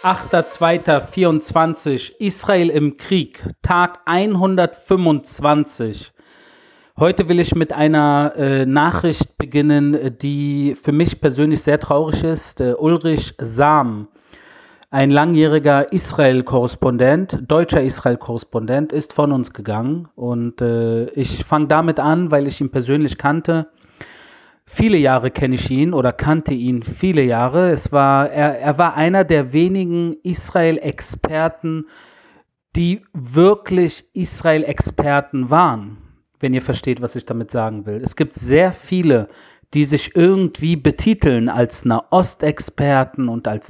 8.2.24, Israel im Krieg, Tag 125. Heute will ich mit einer Nachricht beginnen, die für mich persönlich sehr traurig ist. Ulrich Sam, ein langjähriger Israel-Korrespondent, deutscher Israel-Korrespondent, ist von uns gegangen. Und ich fange damit an, weil ich ihn persönlich kannte. Viele Jahre kenne ich ihn oder kannte ihn viele Jahre. Er war einer der wenigen Israel-Experten, die wirklich Israel-Experten waren, wenn ihr versteht, was ich damit sagen will. Es gibt sehr viele, die sich irgendwie betiteln als Nahostexperten und als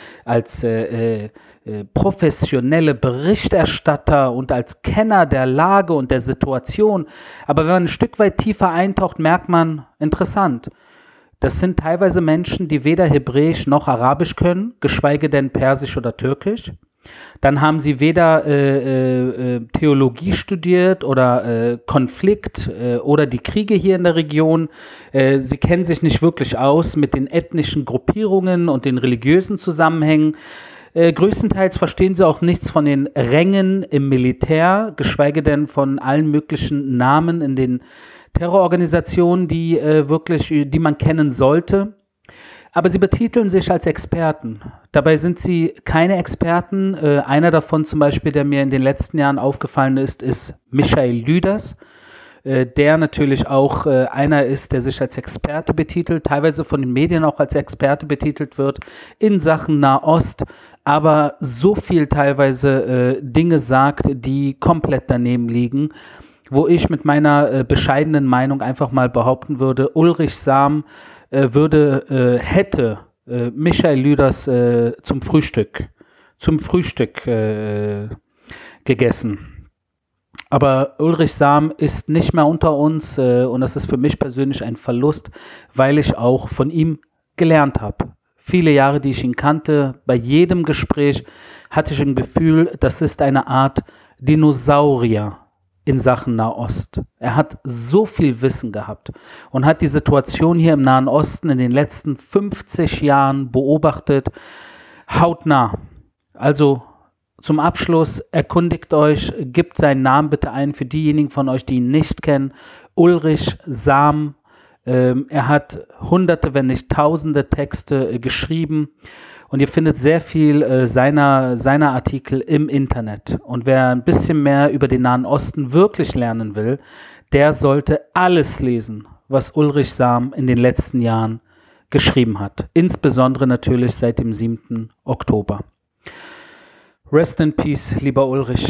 professionelle Berichterstatter und als Kenner der Lage und der Situation. Aber wenn man ein Stück weit tiefer eintaucht, merkt man, interessant, das sind teilweise Menschen, die weder Hebräisch noch Arabisch können, geschweige denn Persisch oder Türkisch. Dann haben sie weder Theologie studiert oder Konflikt oder die Kriege hier in der Region. Sie kennen sich nicht wirklich aus mit den ethnischen Gruppierungen und den religiösen Zusammenhängen. Größtenteils verstehen sie auch nichts von den Rängen im Militär, geschweige denn von allen möglichen Namen in den Terrororganisationen, die man kennen sollte. Aber sie betiteln sich als Experten. Dabei sind sie keine Experten. Einer davon zum Beispiel, der mir in den letzten Jahren aufgefallen ist Michael Lüders, der natürlich auch einer ist, der sich als Experte betitelt, teilweise von den Medien auch als Experte betitelt wird in Sachen Nahost, aber so viel teilweise Dinge sagt, die komplett daneben liegen, wo ich mit meiner bescheidenen Meinung einfach mal behaupten würde, Ulrich Sam hätte Michael Lüders zum Frühstück gegessen. Aber Ulrich Sam ist nicht mehr unter uns und das ist für mich persönlich ein Verlust, weil ich auch von ihm gelernt habe. Viele Jahre, die ich ihn kannte, bei jedem Gespräch hatte ich ein Gefühl, das ist eine Art Dinosaurier in Sachen Nahost. Er hat so viel Wissen gehabt und hat die Situation hier im Nahen Osten in den letzten 50 Jahren beobachtet, hautnah. Also zum Abschluss, erkundigt euch, gebt seinen Namen bitte ein für diejenigen von euch, die ihn nicht kennen. Ulrich Sam, er hat hunderte, wenn nicht tausende Texte geschrieben. Und ihr findet sehr viel seiner Artikel im Internet. Und wer ein bisschen mehr über den Nahen Osten wirklich lernen will, der sollte alles lesen, was Ulrich Sam in den letzten Jahren geschrieben hat. Insbesondere natürlich seit dem 7. Oktober. Rest in Peace, lieber Ulrich.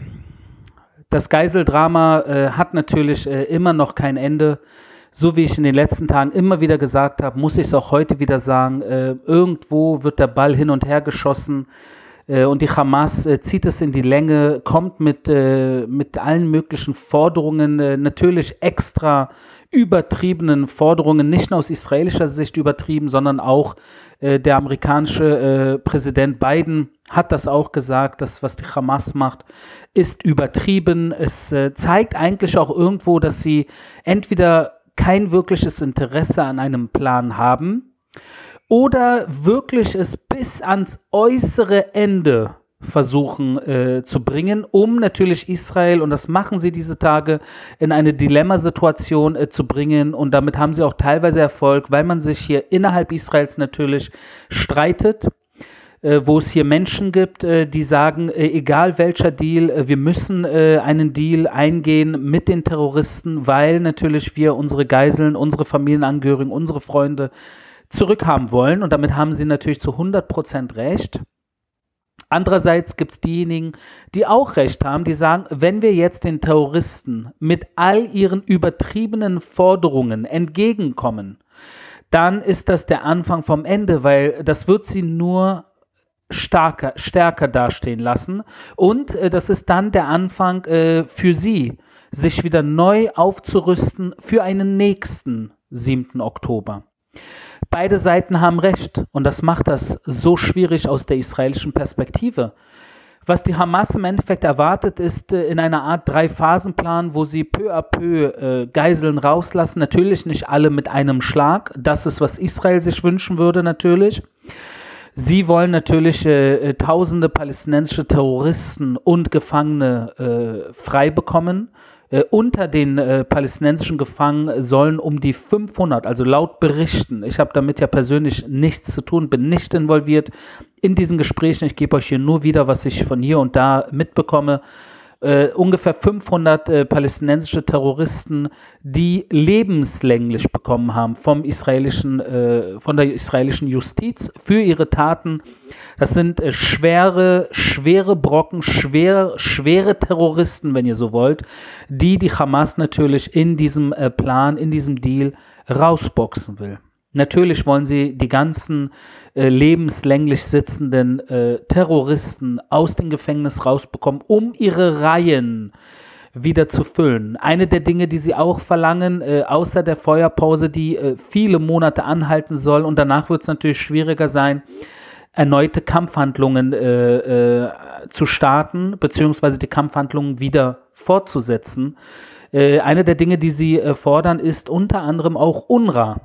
Das Geiseldrama hat natürlich immer noch kein Ende. So wie ich in den letzten Tagen immer wieder gesagt habe, muss ich es auch heute wieder sagen, irgendwo wird der Ball hin und her geschossen und die Hamas zieht es in die Länge, kommt mit allen möglichen Forderungen, natürlich extra übertriebenen Forderungen, nicht nur aus israelischer Sicht übertrieben, sondern auch der amerikanische Präsident Biden hat das auch gesagt, das, was die Hamas macht, ist übertrieben. Es zeigt eigentlich auch irgendwo, dass sie entweder kein wirkliches Interesse an einem Plan haben oder wirklich es bis ans äußere Ende versuchen zu bringen, um natürlich Israel, und das machen sie diese Tage, in eine Dilemmasituation zu bringen, und damit haben sie auch teilweise Erfolg, weil man sich hier innerhalb Israels natürlich streitet, wo es hier Menschen gibt, die sagen, egal welcher Deal, wir müssen einen Deal eingehen mit den Terroristen, weil natürlich wir unsere Geiseln, unsere Familienangehörigen, unsere Freunde zurückhaben wollen, und damit haben sie natürlich zu 100% recht. Andererseits gibt es diejenigen, die auch recht haben, die sagen, wenn wir jetzt den Terroristen mit all ihren übertriebenen Forderungen entgegenkommen, dann ist das der Anfang vom Ende, weil das wird sie nur stärker dastehen lassen, und das ist dann der Anfang für sie, sich wieder neu aufzurüsten für einen nächsten 7. Oktober. Beide Seiten haben recht, und das macht das so schwierig aus der israelischen Perspektive. Was die Hamas im Endeffekt erwartet, ist in einer Art 3-Phasen-Plan, wo sie peu à peu Geiseln rauslassen. Natürlich nicht alle mit einem Schlag. Das ist, was Israel sich wünschen würde natürlich. Sie wollen natürlich tausende palästinensische Terroristen und Gefangene frei bekommen. Unter den palästinensischen Gefangenen sollen um die 500, also laut Berichten, ich habe damit ja persönlich nichts zu tun, bin nicht involviert in diesen Gesprächen, ich gebe euch hier nur wieder, was ich von hier und da mitbekomme, ungefähr 500 palästinensische Terroristen, die lebenslänglich bekommen haben von der israelischen Justiz für ihre Taten. Das sind schwere Brocken, schwere Terroristen, wenn ihr so wollt, die Hamas natürlich in diesem Plan, in diesem Deal rausboxen will. Natürlich wollen sie die ganzen lebenslänglich sitzenden Terroristen aus dem Gefängnis rausbekommen, um ihre Reihen wieder zu füllen. Eine der Dinge, die sie auch verlangen, außer der Feuerpause, die viele Monate anhalten soll, und danach wird es natürlich schwieriger sein, erneute Kampfhandlungen zu starten, beziehungsweise die Kampfhandlungen wieder fortzusetzen. Eine der Dinge, die sie fordern, ist unter anderem auch UNRWA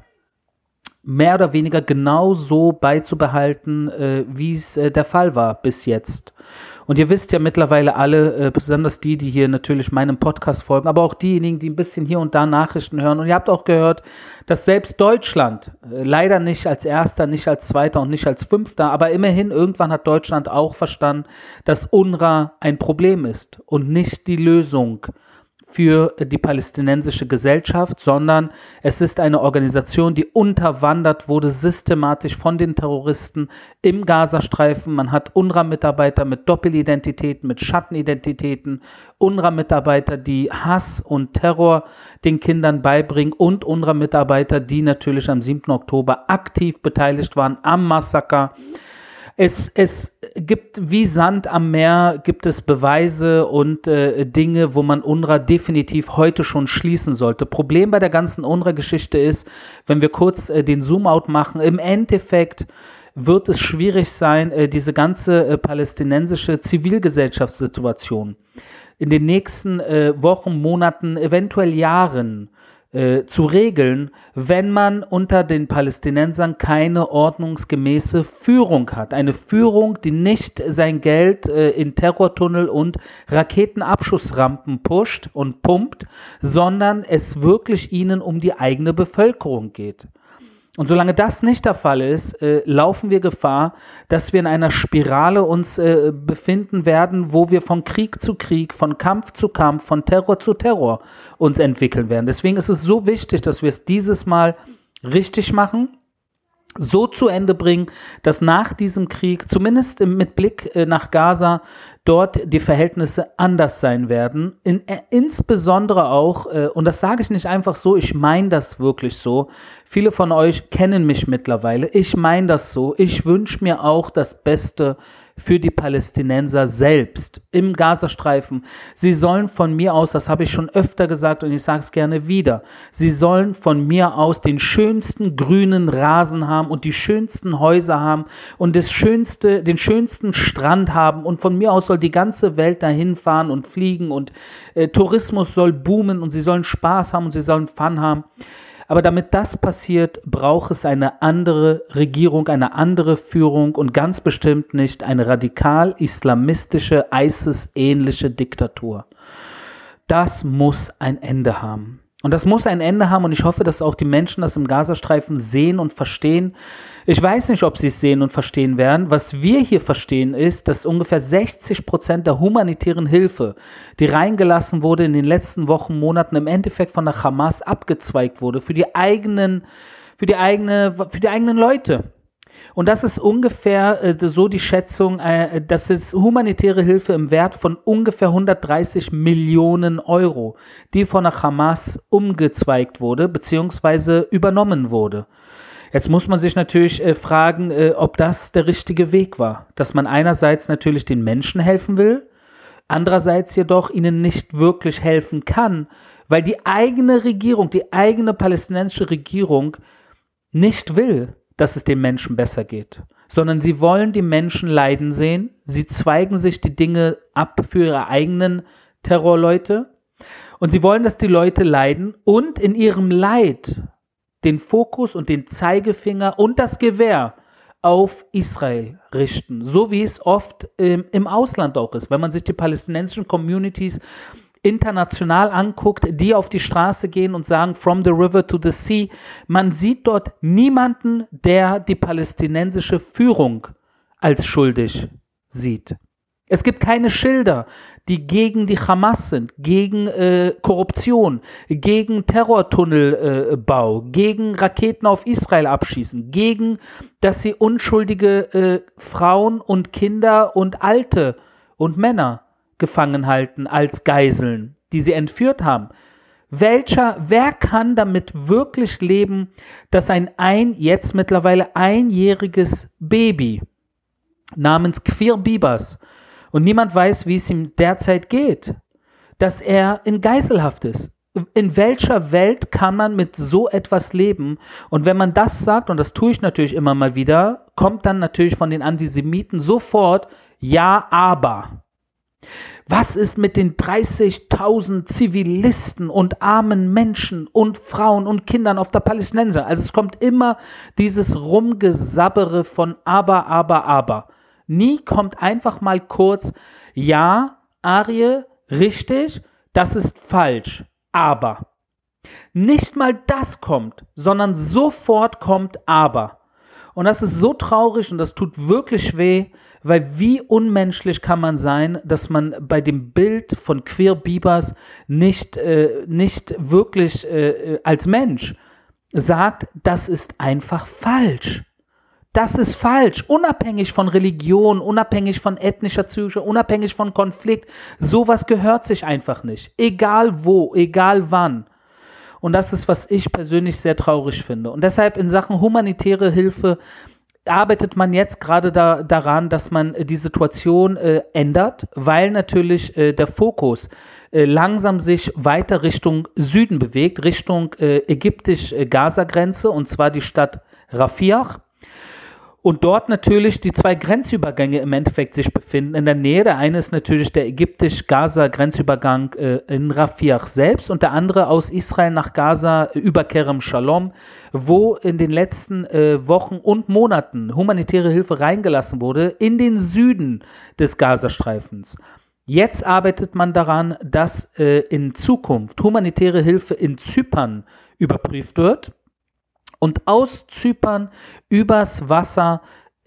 mehr oder weniger genauso beizubehalten, wie es der Fall war bis jetzt. Und ihr wisst ja mittlerweile alle, besonders die hier natürlich meinem Podcast folgen, aber auch diejenigen, die ein bisschen hier und da Nachrichten hören. Und ihr habt auch gehört, dass selbst Deutschland, leider nicht als Erster, nicht als Zweiter und nicht als Fünfter, aber immerhin irgendwann hat Deutschland auch verstanden, dass UNRWA ein Problem ist und nicht die Lösung für die palästinensische Gesellschaft, sondern es ist eine Organisation, die unterwandert wurde, systematisch von den Terroristen im Gazastreifen. Man hat UNRWA-Mitarbeiter mit Doppelidentitäten, mit Schattenidentitäten, UNRWA-Mitarbeiter, die Hass und Terror den Kindern beibringen und UNRWA-Mitarbeiter, die natürlich am 7. Oktober aktiv beteiligt waren am Massaker. Es gibt wie Sand am Meer, gibt es Beweise und Dinge, wo man UNRWA definitiv heute schon schließen sollte. Problem bei der ganzen UNRWA-Geschichte ist, wenn wir kurz den Zoom-out machen, im Endeffekt wird es schwierig sein, diese ganze palästinensische Zivilgesellschaftssituation in den nächsten Wochen, Monaten, eventuell Jahren zu regeln, wenn man unter den Palästinensern keine ordnungsgemäße Führung hat. Eine Führung, die nicht sein Geld in Terrortunnel und Raketenabschussrampen pusht und pumpt, sondern es wirklich ihnen um die eigene Bevölkerung geht. Und solange das nicht der Fall ist, laufen wir Gefahr, dass wir in einer Spirale uns befinden werden, wo wir von Krieg zu Krieg, von Kampf zu Kampf, von Terror zu Terror uns entwickeln werden. Deswegen ist es so wichtig, dass wir es dieses Mal richtig machen, so zu Ende bringen, dass nach diesem Krieg, zumindest mit Blick nach Gaza, dort die Verhältnisse anders sein werden. Insbesondere auch, und das sage ich nicht einfach so, ich meine das wirklich so, viele von euch kennen mich mittlerweile, ich meine das so, ich wünsche mir auch das Beste für die Palästinenser selbst im Gazastreifen. Sie sollen von mir aus, das habe ich schon öfter gesagt und ich sage es gerne wieder, sie sollen von mir aus den schönsten grünen Rasen haben und die schönsten Häuser haben und den schönsten Strand haben und von mir aus soll die ganze Welt dahin fahren und fliegen und Tourismus soll boomen und sie sollen Spaß haben und sie sollen Fun haben. Aber damit das passiert, braucht es eine andere Regierung, eine andere Führung und ganz bestimmt nicht eine radikal-islamistische, ISIS-ähnliche Diktatur. Das muss ein Ende haben. Und das muss ein Ende haben und ich hoffe, dass auch die Menschen das im Gazastreifen sehen und verstehen. Ich weiß nicht, ob sie es sehen und verstehen werden. Was wir hier verstehen ist, dass ungefähr 60% der humanitären Hilfe, die reingelassen wurde in den letzten Wochen, Monaten, im Endeffekt von der Hamas abgezweigt wurde für die eigenen Leute. Und das ist ungefähr so die Schätzung, das ist humanitäre Hilfe im Wert von ungefähr 130 Millionen Euro, die von der Hamas umgezweigt wurde bzw. übernommen wurde. Jetzt muss man sich natürlich fragen, ob das der richtige Weg war, dass man einerseits natürlich den Menschen helfen will, andererseits jedoch ihnen nicht wirklich helfen kann, weil die eigene Regierung, die eigene palästinensische Regierung nicht will, dass es den Menschen besser geht, sondern sie wollen die Menschen leiden sehen, sie zweigen sich die Dinge ab für ihre eigenen Terrorleute und sie wollen, dass die Leute leiden und in ihrem Leid den Fokus und den Zeigefinger und das Gewehr auf Israel richten, so wie es oft im Ausland auch ist. Wenn man sich die palästinensischen Communities international anguckt, die auf die Straße gehen und sagen, from the river to the sea, man sieht dort niemanden, der die palästinensische Führung als schuldig sieht. Es gibt keine Schilder, die gegen die Hamas sind, gegen Korruption, gegen Terrortunnelbau, gegen Raketen auf Israel abschießen, gegen, dass sie unschuldige Frauen und Kinder und Alte und Männer gefangen halten als Geiseln, die sie entführt haben. Wer kann damit wirklich leben, dass ein jetzt mittlerweile einjähriges Baby namens Kfir Bibas, und niemand weiß, wie es ihm derzeit geht, dass er in Geiselhaft ist? In welcher Welt kann man mit so etwas leben? Und wenn man das sagt, und das tue ich natürlich immer mal wieder, kommt dann natürlich von den Antisemiten sofort, ja, aber. Was ist mit den 30.000 Zivilisten und armen Menschen und Frauen und Kindern auf der Palästinenser? Also es kommt immer dieses Rumgesabbere von aber. Nie kommt einfach mal kurz, ja, Arie, richtig, das ist falsch, aber. Nicht mal das kommt, sondern sofort kommt aber. Und das ist so traurig und das tut wirklich weh, weil wie unmenschlich kann man sein, dass man bei dem Bild von Kfir Bibas nicht wirklich als Mensch sagt, das ist einfach falsch. Das ist falsch, unabhängig von Religion, unabhängig von ethnischer Psyche, unabhängig von Konflikt. Sowas gehört sich einfach nicht. Egal wo, egal wann. Und das ist, was ich persönlich sehr traurig finde. Und deshalb in Sachen humanitäre Hilfe arbeitet man jetzt gerade daran, dass man die Situation ändert, weil natürlich der Fokus langsam sich weiter Richtung Süden bewegt, Richtung ägyptisch-Gaza-Grenze, und zwar die Stadt Rafiah. Und dort natürlich die zwei Grenzübergänge im Endeffekt sich befinden in der Nähe. Der eine ist natürlich der ägyptisch-Gaza-Grenzübergang in Rafiah selbst und der andere aus Israel nach Gaza über Kerem Shalom, wo in den letzten Wochen und Monaten humanitäre Hilfe reingelassen wurde in den Süden des Gazastreifens. Jetzt arbeitet man daran, dass in Zukunft humanitäre Hilfe in Zypern überprüft wird und aus Zypern übers Wasser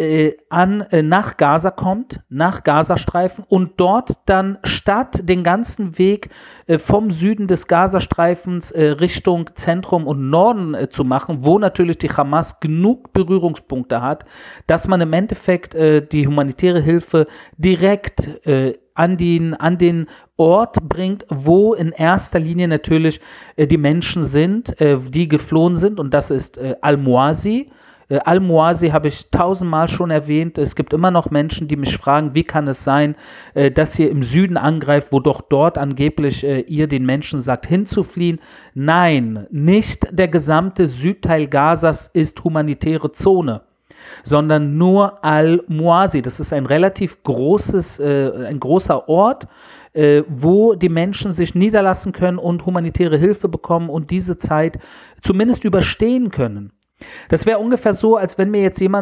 nach Gaza kommt, nach Gazastreifen, und dort dann statt den ganzen Weg vom Süden des Gazastreifens Richtung Zentrum und Norden zu machen, wo natürlich die Hamas genug Berührungspunkte hat, dass man im Endeffekt die humanitäre Hilfe direkt an den Ort bringt, wo in erster Linie natürlich die Menschen sind, die geflohen sind, und das ist Al-Muasi. Al-Muasi habe ich 1000-mal schon erwähnt. Es gibt immer noch Menschen, die mich fragen, wie kann es sein, dass ihr im Süden angreift, wo doch dort angeblich ihr den Menschen sagt, hinzufliehen. Nein, nicht der gesamte Südteil Gazas ist humanitäre Zone, sondern nur Al-Muasi. Das ist ein relativ ein großer Ort, wo die Menschen sich niederlassen können und humanitäre Hilfe bekommen und diese Zeit zumindest überstehen können. Das wäre ungefähr so, als wenn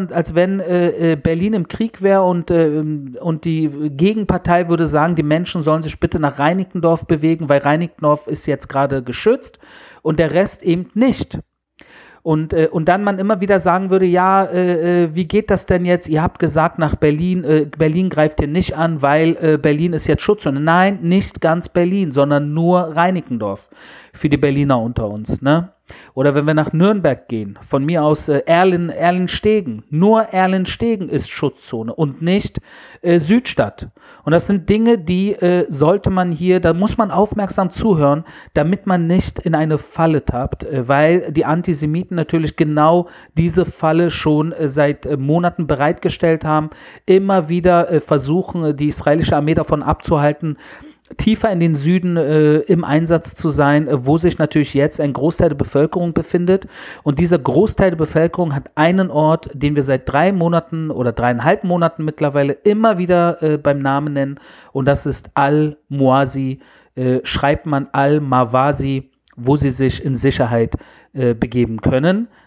Berlin im Krieg wäre und die Gegenpartei würde sagen, die Menschen sollen sich bitte nach Reinickendorf bewegen, weil Reinickendorf ist jetzt gerade geschützt und der Rest eben nicht. Und dann man immer wieder sagen würde, ja, wie geht das denn jetzt? Ihr habt gesagt, nach Berlin, Berlin greift ihr nicht an, weil Berlin ist jetzt Schutzzone. Nein, nicht ganz Berlin, sondern nur Reinickendorf für die Berliner unter uns, ne? Oder wenn wir nach Nürnberg gehen, von mir aus Erlenstegen. Nur Erlenstegen ist Schutzzone und nicht Südstadt. Und das sind Dinge, die sollte man hier, da muss man aufmerksam zuhören, damit man nicht in eine Falle tappt, weil die Antisemiten natürlich genau diese Falle schon seit Monaten bereitgestellt haben, immer wieder versuchen, die israelische Armee davon abzuhalten, tiefer in den Süden im Einsatz zu sein, wo sich natürlich jetzt ein Großteil der Bevölkerung befindet. Und dieser Großteil der Bevölkerung hat einen Ort, den wir seit 3 Monaten oder 3,5 Monaten mittlerweile immer wieder beim Namen nennen. Und das ist Al-Muasi, schreibt man Al-Mawasi, wo sie sich in Sicherheit begeben können.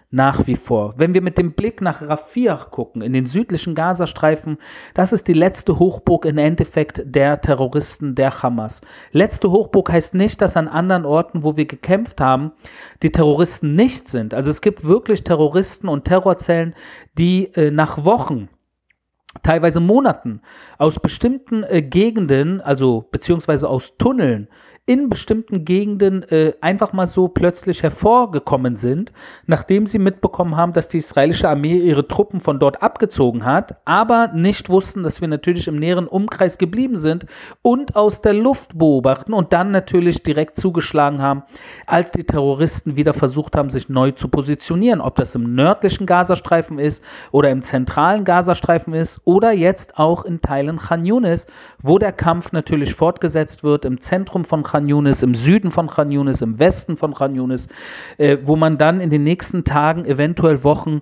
nach wie vor. Wenn wir mit dem Blick nach Rafah gucken, in den südlichen Gazastreifen, das ist die letzte Hochburg im Endeffekt der Terroristen der Hamas. Letzte Hochburg heißt nicht, dass an anderen Orten, wo wir gekämpft haben, die Terroristen nicht sind. Also es gibt wirklich Terroristen und Terrorzellen, die nach Wochen, teilweise Monaten aus bestimmten Gegenden, also beziehungsweise aus Tunneln, in bestimmten Gegenden einfach mal so plötzlich hervorgekommen sind, nachdem sie mitbekommen haben, dass die israelische Armee ihre Truppen von dort abgezogen hat, aber nicht wussten, dass wir natürlich im näheren Umkreis geblieben sind und aus der Luft beobachten und dann natürlich direkt zugeschlagen haben, als die Terroristen wieder versucht haben, sich neu zu positionieren, ob das im nördlichen Gazastreifen ist oder im zentralen Gazastreifen ist oder jetzt auch in Teilen Khan Yunis, wo der Kampf natürlich fortgesetzt wird, im Zentrum von Khan Yunis, im Süden von Khan Yunis, im Westen von Khan Yunis, wo man dann in den nächsten Tagen, eventuell Wochen,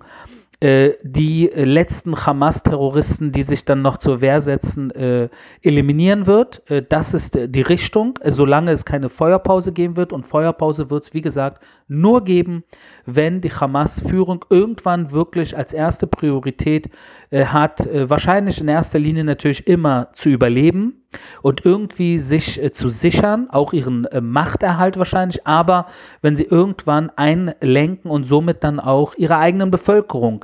die letzten Hamas-Terroristen, die sich dann noch zur Wehr setzen, eliminieren wird. Das ist die Richtung, solange es keine Feuerpause geben wird. Und Feuerpause wird es, wie gesagt, nur geben, wenn die Hamas-Führung irgendwann wirklich als erste Priorität hat, wahrscheinlich in erster Linie natürlich immer zu überleben und irgendwie sich zu sichern, auch ihren Machterhalt wahrscheinlich, aber wenn sie irgendwann einlenken und somit dann auch ihre eigenen Bevölkerung,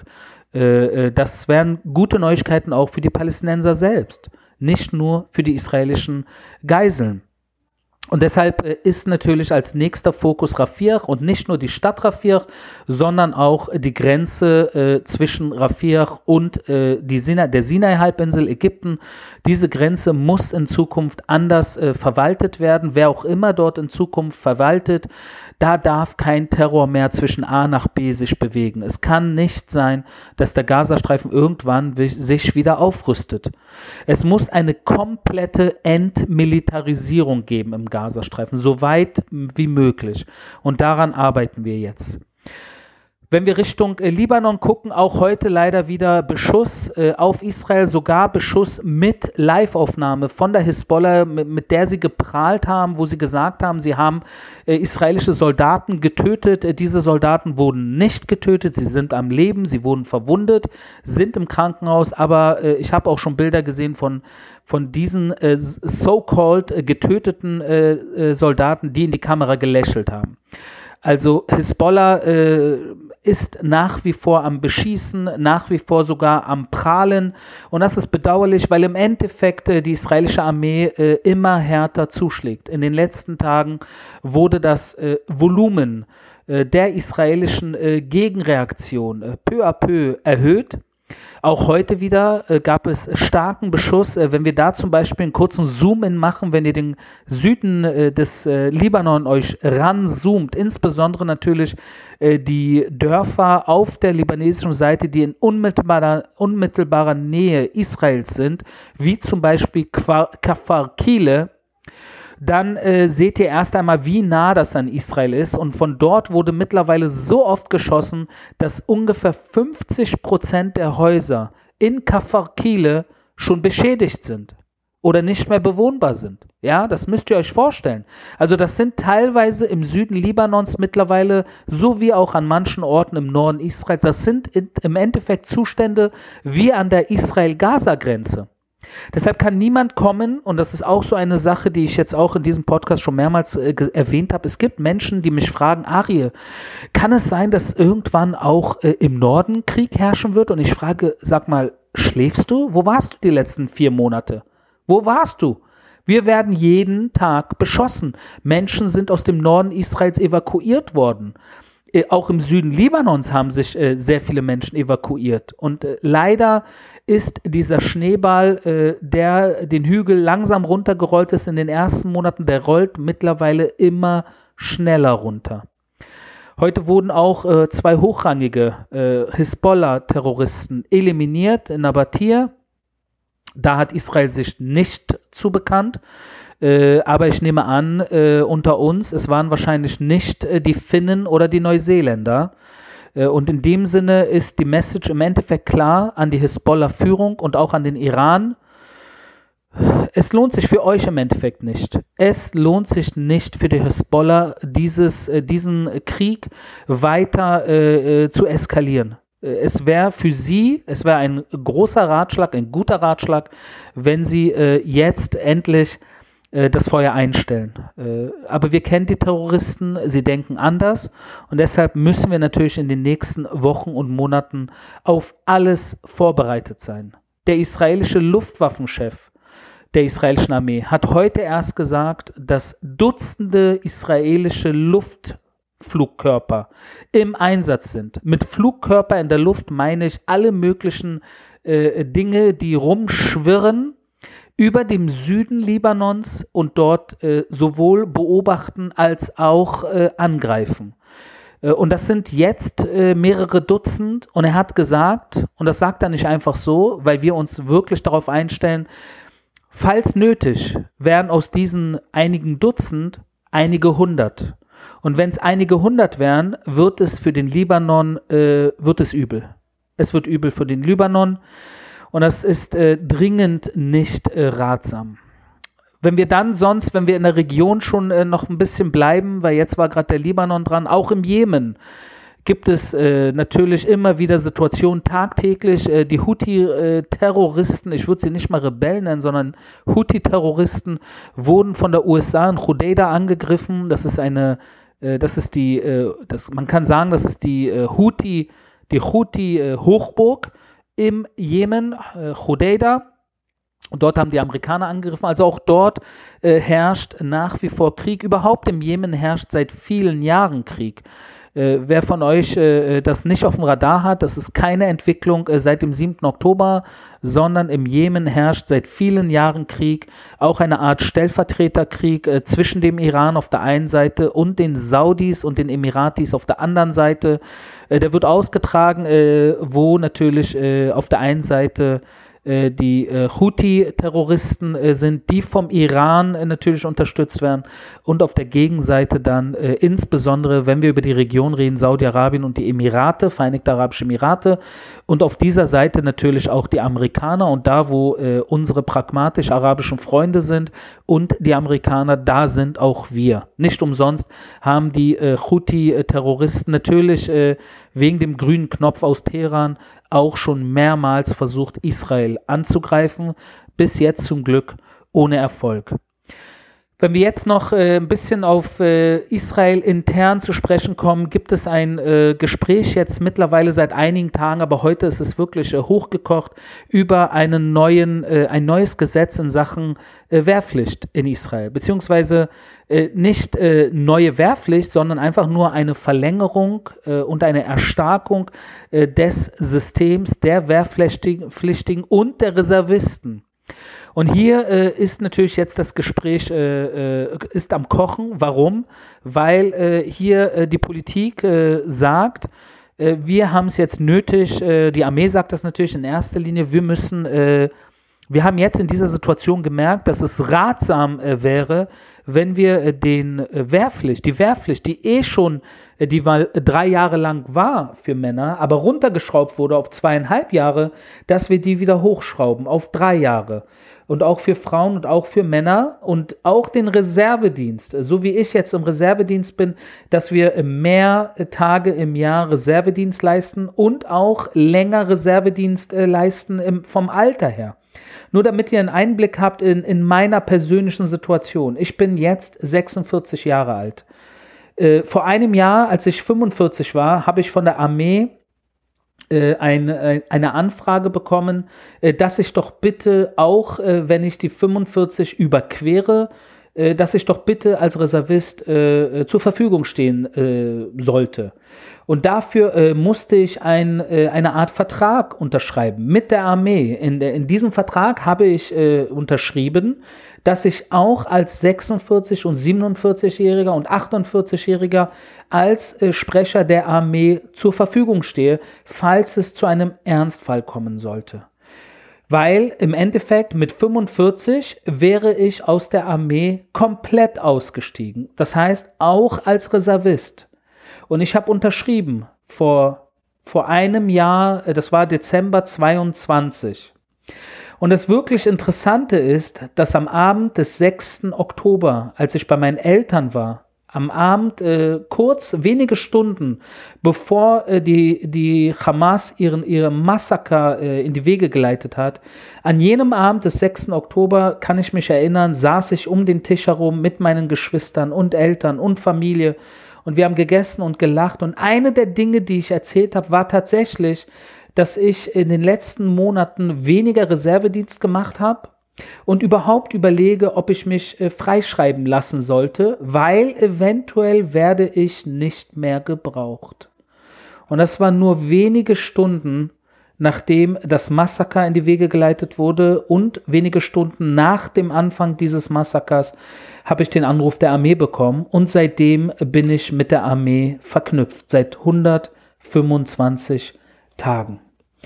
das wären gute Neuigkeiten auch für die Palästinenser selbst, nicht nur für die israelischen Geiseln. Und deshalb ist natürlich als nächster Fokus Rafah und nicht nur die Stadt Rafah, sondern auch die Grenze zwischen Rafah und der Sinai-Halbinsel Ägypten. Diese Grenze muss in Zukunft anders verwaltet werden. Wer auch immer dort in Zukunft verwaltet, da darf kein Terror mehr zwischen A nach B sich bewegen. Es kann nicht sein, dass der Gazastreifen irgendwann sich wieder aufrüstet. Es muss eine komplette Entmilitarisierung geben im Gazastreifen, so weit wie möglich. Und daran arbeiten wir jetzt. Wenn wir Richtung Libanon gucken, auch heute leider wieder Beschuss auf Israel, sogar Beschuss mit Live-Aufnahme von der Hisbollah, mit der sie geprahlt haben, wo sie gesagt haben, sie haben israelische Soldaten getötet. Diese Soldaten wurden nicht getötet, sie sind am Leben, sie wurden verwundet, sind im Krankenhaus, aber ich habe auch schon Bilder gesehen von diesen so-called getöteten Soldaten, die in die Kamera gelächelt haben. Also Hisbollah ist nach wie vor am Beschießen, nach wie vor sogar am Prahlen. Und das ist bedauerlich, weil im Endeffekt die israelische Armee immer härter zuschlägt. In den letzten Tagen wurde das Volumen der israelischen Gegenreaktion peu à peu erhöht. Auch heute wieder gab es starken Beschuss. Wenn wir da zum Beispiel einen kurzen Zoom-In machen, wenn ihr den Süden des Libanon euch ranzoomt, insbesondere natürlich die Dörfer auf der libanesischen Seite, die in unmittelbarer Nähe Israels sind, wie zum Beispiel Kafar Kile, dann seht ihr erst einmal, wie nah das an Israel ist. Und von dort wurde mittlerweile so oft geschossen, dass ungefähr 50% der Häuser in Kafar Kile schon beschädigt sind oder nicht mehr bewohnbar sind. Ja, das müsst ihr euch vorstellen. Also das sind teilweise im Süden Libanons mittlerweile, so wie auch an manchen Orten im Norden Israels, das sind im Endeffekt Zustände wie an der Israel-Gaza-Grenze. Deshalb kann niemand kommen, und das ist auch so eine Sache, die ich jetzt auch in diesem Podcast schon mehrmals erwähnt habe. Es gibt Menschen, die mich fragen, Arie, kann es sein, dass irgendwann auch im Norden Krieg herrschen wird? Und ich frage, sag mal, schläfst du? Wo warst du die letzten 4 Monate? Wo warst du? Wir werden jeden Tag beschossen. Menschen sind aus dem Norden Israels evakuiert worden. Auch im Süden Libanons haben sich sehr viele Menschen evakuiert. Und leider ist dieser Schneeball, der den Hügel langsam runtergerollt ist in den ersten Monaten, der rollt mittlerweile immer schneller runter. Heute wurden auch 2 hochrangige Hisbollah-Terroristen eliminiert in Nabatir. Da hat Israel sich nicht zu bekannt. Aber ich nehme an, unter uns, es waren wahrscheinlich nicht die Finnen oder die Neuseeländer. Und in dem Sinne ist die Message im Endeffekt klar an die Hisbollah-Führung und auch an den Iran. Es lohnt sich für euch im Endeffekt nicht. Es lohnt sich nicht für die Hisbollah, diesen Krieg weiter zu eskalieren. Es wäre für sie, es wäre ein großer Ratschlag, ein guter Ratschlag, wenn sie jetzt endlich das Feuer einstellen. Aber wir kennen die Terroristen, sie denken anders und deshalb müssen wir natürlich in den nächsten Wochen und Monaten auf alles vorbereitet sein. Der israelische Luftwaffenchef der israelischen Armee hat heute erst gesagt, dass Dutzende israelische Luftflugkörper im Einsatz sind. Mit Flugkörper in der Luft meine ich alle möglichen Dinge, die rumschwirren über dem Süden Libanons und dort sowohl beobachten als auch angreifen. Und das sind jetzt mehrere Dutzend und er hat gesagt, und das sagt er nicht einfach so, weil wir uns wirklich darauf einstellen, falls nötig, werden aus diesen einigen Dutzend einige hundert. Und wenn es einige hundert wären, wird es für den Libanon wird es übel. Es wird übel für den Libanon und das ist dringend nicht ratsam. Wenn wir in der Region schon noch ein bisschen bleiben, weil jetzt war gerade der Libanon dran, auch im Jemen gibt es natürlich immer wieder Situationen tagtäglich. Die Houthi-Terroristen, ich würde sie nicht mal Rebellen nennen, sondern Houthi-Terroristen wurden von der USA in Hodeida angegriffen. Man kann sagen, das ist die Houthi-Hochburg im Jemen, Hodeida. Und dort haben die Amerikaner angegriffen. Also auch dort herrscht nach wie vor Krieg. Überhaupt im Jemen herrscht seit vielen Jahren Krieg. Wer von euch das nicht auf dem Radar hat, das ist keine Entwicklung seit dem 7. Oktober, sondern im Jemen herrscht seit vielen Jahren Krieg, auch eine Art Stellvertreterkrieg zwischen dem Iran auf der einen Seite und den Saudis und den Emiratis auf der anderen Seite. Der wird ausgetragen, wo natürlich auf der einen Seite die Houthi-Terroristen sind, die vom Iran natürlich unterstützt werden und auf der Gegenseite dann insbesondere, wenn wir über die Region reden, Saudi-Arabien und die Emirate, Vereinigte Arabische Emirate und auf dieser Seite natürlich auch die Amerikaner und da, wo unsere pragmatisch-arabischen Freunde sind und die Amerikaner, da sind auch wir. Nicht umsonst haben die Houthi-Terroristen natürlich wegen dem grünen Knopf aus Teheran auch schon mehrmals versucht, Israel anzugreifen, bis jetzt zum Glück ohne Erfolg. Wenn wir jetzt noch ein bisschen auf Israel intern zu sprechen kommen, gibt es ein Gespräch jetzt mittlerweile seit einigen Tagen, aber heute ist es wirklich hochgekocht, über ein neues Gesetz in Sachen Wehrpflicht in Israel, beziehungsweise nicht neue Wehrpflicht, sondern einfach nur eine Verlängerung und eine Erstarkung des Systems der Wehrpflichtigen und der Reservisten. Und hier ist natürlich jetzt das Gespräch ist am Kochen. Warum? Weil hier die Politik sagt, wir haben es jetzt nötig, die Armee sagt das natürlich in erster Linie, wir haben jetzt in dieser Situation gemerkt, dass es ratsam wäre, wenn wir die Wehrpflicht, die schon, die 3 Jahre lang war für Männer, aber runtergeschraubt wurde auf 2,5 Jahre, dass wir die wieder hochschrauben auf 3 Jahre. Und auch für Frauen und auch für Männer und auch den Reservedienst, so wie ich jetzt im Reservedienst bin, dass wir mehr Tage im Jahr Reservedienst leisten und auch länger Reservedienst leisten vom Alter her. Nur damit ihr einen Einblick habt in meiner persönlichen Situation. Ich bin jetzt 46 Jahre alt. Vor einem Jahr, als ich 45 war, habe ich von der Armee eine Anfrage bekommen, dass ich doch bitte auch, wenn ich die 45 überquere, dass ich doch bitte als Reservist zur Verfügung stehen sollte. Und dafür musste ich eine Art Vertrag unterschreiben mit der Armee. In diesem Vertrag habe ich unterschrieben, dass ich auch als 46- und 47-Jähriger und 48-Jähriger als Sprecher der Armee zur Verfügung stehe, falls es zu einem Ernstfall kommen sollte. Weil im Endeffekt mit 45 wäre ich aus der Armee komplett ausgestiegen. Das heißt, auch als Reservist. Und ich habe unterschrieben vor einem Jahr, das war Dezember 22. Und das wirklich Interessante ist, dass am Abend des 6. Oktober, als ich bei meinen Eltern war, am Abend, kurz, wenige Stunden, bevor die Hamas ihren Massaker in die Wege geleitet hat, an jenem Abend des 6. Oktober, kann ich mich erinnern, saß ich um den Tisch herum mit meinen Geschwistern und Eltern und Familie und wir haben gegessen und gelacht. Und eine der Dinge, die ich erzählt habe, war tatsächlich, dass ich in den letzten Monaten weniger Reservedienst gemacht habe und überhaupt überlege, ob ich mich freischreiben lassen sollte, weil eventuell werde ich nicht mehr gebraucht. Und das war nur wenige Stunden, nachdem das Massaker in die Wege geleitet wurde und wenige Stunden nach dem Anfang dieses Massakers habe ich den Anruf der Armee bekommen und seitdem bin ich mit der Armee verknüpft, seit 125 Tagen.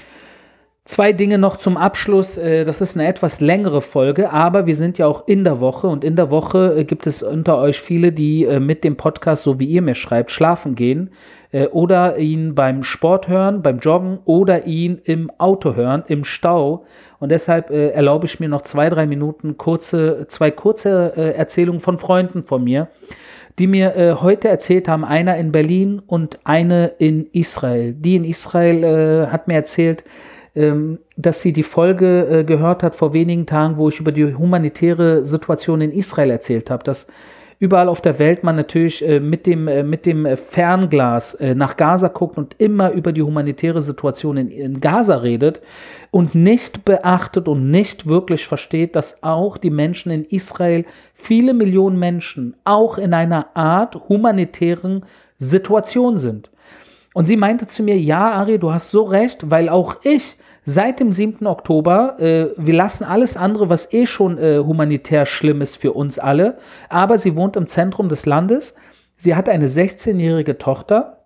2 Dinge noch zum Abschluss. Das ist eine etwas längere Folge, aber wir sind ja auch in der Woche und in der Woche gibt es unter euch viele, die mit dem Podcast, so wie ihr mir schreibt, schlafen gehen oder ihn beim Sport hören, beim Joggen oder ihn im Auto hören, im Stau. Und deshalb erlaube ich mir noch 2-3 Minuten zwei kurze Erzählungen von Freunden von mir, die mir heute erzählt haben, einer in Berlin und eine in Israel. Die in Israel hat mir erzählt, dass sie die Folge gehört hat vor wenigen Tagen, wo ich über die humanitäre Situation in Israel erzählt habe, dass überall auf der Welt man natürlich mit dem Fernglas nach Gaza guckt und immer über die humanitäre Situation in Gaza redet und nicht beachtet und nicht wirklich versteht, dass auch die Menschen in Israel, viele Millionen Menschen, auch in einer Art humanitären Situation sind. Und sie meinte zu mir, ja, Ari, du hast so recht, weil auch ich seit dem 7. Oktober, wir lassen alles andere, was schon humanitär schlimm ist für uns alle, aber sie wohnt im Zentrum des Landes, sie hat eine 16-jährige Tochter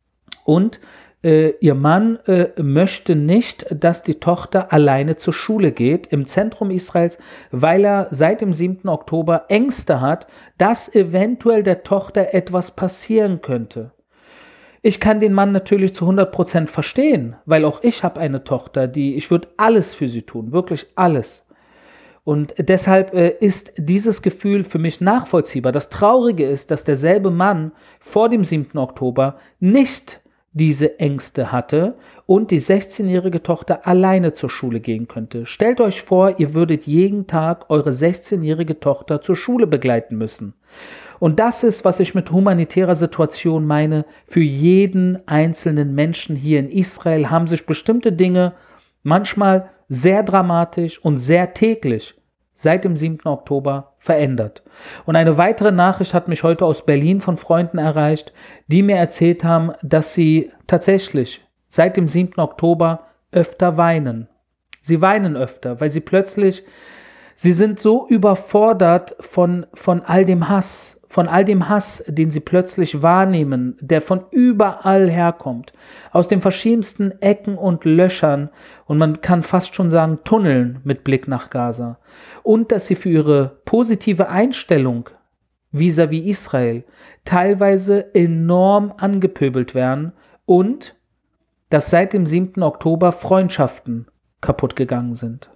und ihr Mann möchte nicht, dass die Tochter alleine zur Schule geht im Zentrum Israels, weil er seit dem 7. Oktober Ängste hat, dass eventuell der Tochter etwas passieren könnte. Ich kann den Mann natürlich zu 100% verstehen, weil auch ich habe eine Tochter, ich würde alles für sie tun, wirklich alles. Und deshalb ist dieses Gefühl für mich nachvollziehbar. Das Traurige ist, dass derselbe Mann vor dem 7. Oktober nicht diese Ängste hatte und die 16-jährige Tochter alleine zur Schule gehen könnte. Stellt euch vor, ihr würdet jeden Tag eure 16-jährige Tochter zur Schule begleiten müssen. Und das ist, was ich mit humanitärer Situation meine. Für jeden einzelnen Menschen hier in Israel haben sich bestimmte Dinge manchmal sehr dramatisch und sehr täglich seit dem 7. Oktober verändert. Und eine weitere Nachricht hat mich heute aus Berlin von Freunden erreicht, die mir erzählt haben, dass sie tatsächlich seit dem 7. Oktober öfter weinen. Sie weinen öfter, weil sie sind so überfordert von all dem Hass, den sie plötzlich wahrnehmen, der von überall herkommt, aus den verschiedensten Ecken und Löchern und man kann fast schon sagen Tunneln mit Blick nach Gaza. Und dass sie für ihre positive Einstellung vis-à-vis Israel teilweise enorm angepöbelt werden und dass seit dem 7. Oktober Freundschaften kaputt gegangen sind.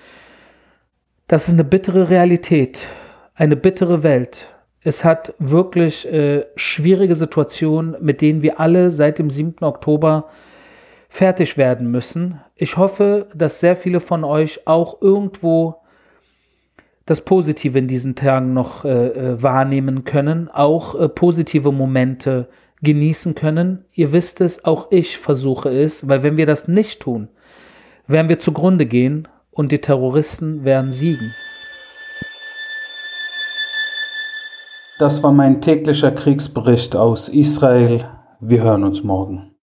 Das ist eine bittere Realität, eine bittere Welt. Es hat wirklich schwierige Situationen, mit denen wir alle seit dem 7. Oktober fertig werden müssen. Ich hoffe, dass sehr viele von euch auch irgendwo das Positive in diesen Tagen noch wahrnehmen können, auch positive Momente genießen können. Ihr wisst es, auch ich versuche es, weil wenn wir das nicht tun, werden wir zugrunde gehen und die Terroristen werden siegen. Das war mein täglicher Kriegsbericht aus Israel. Wir hören uns morgen.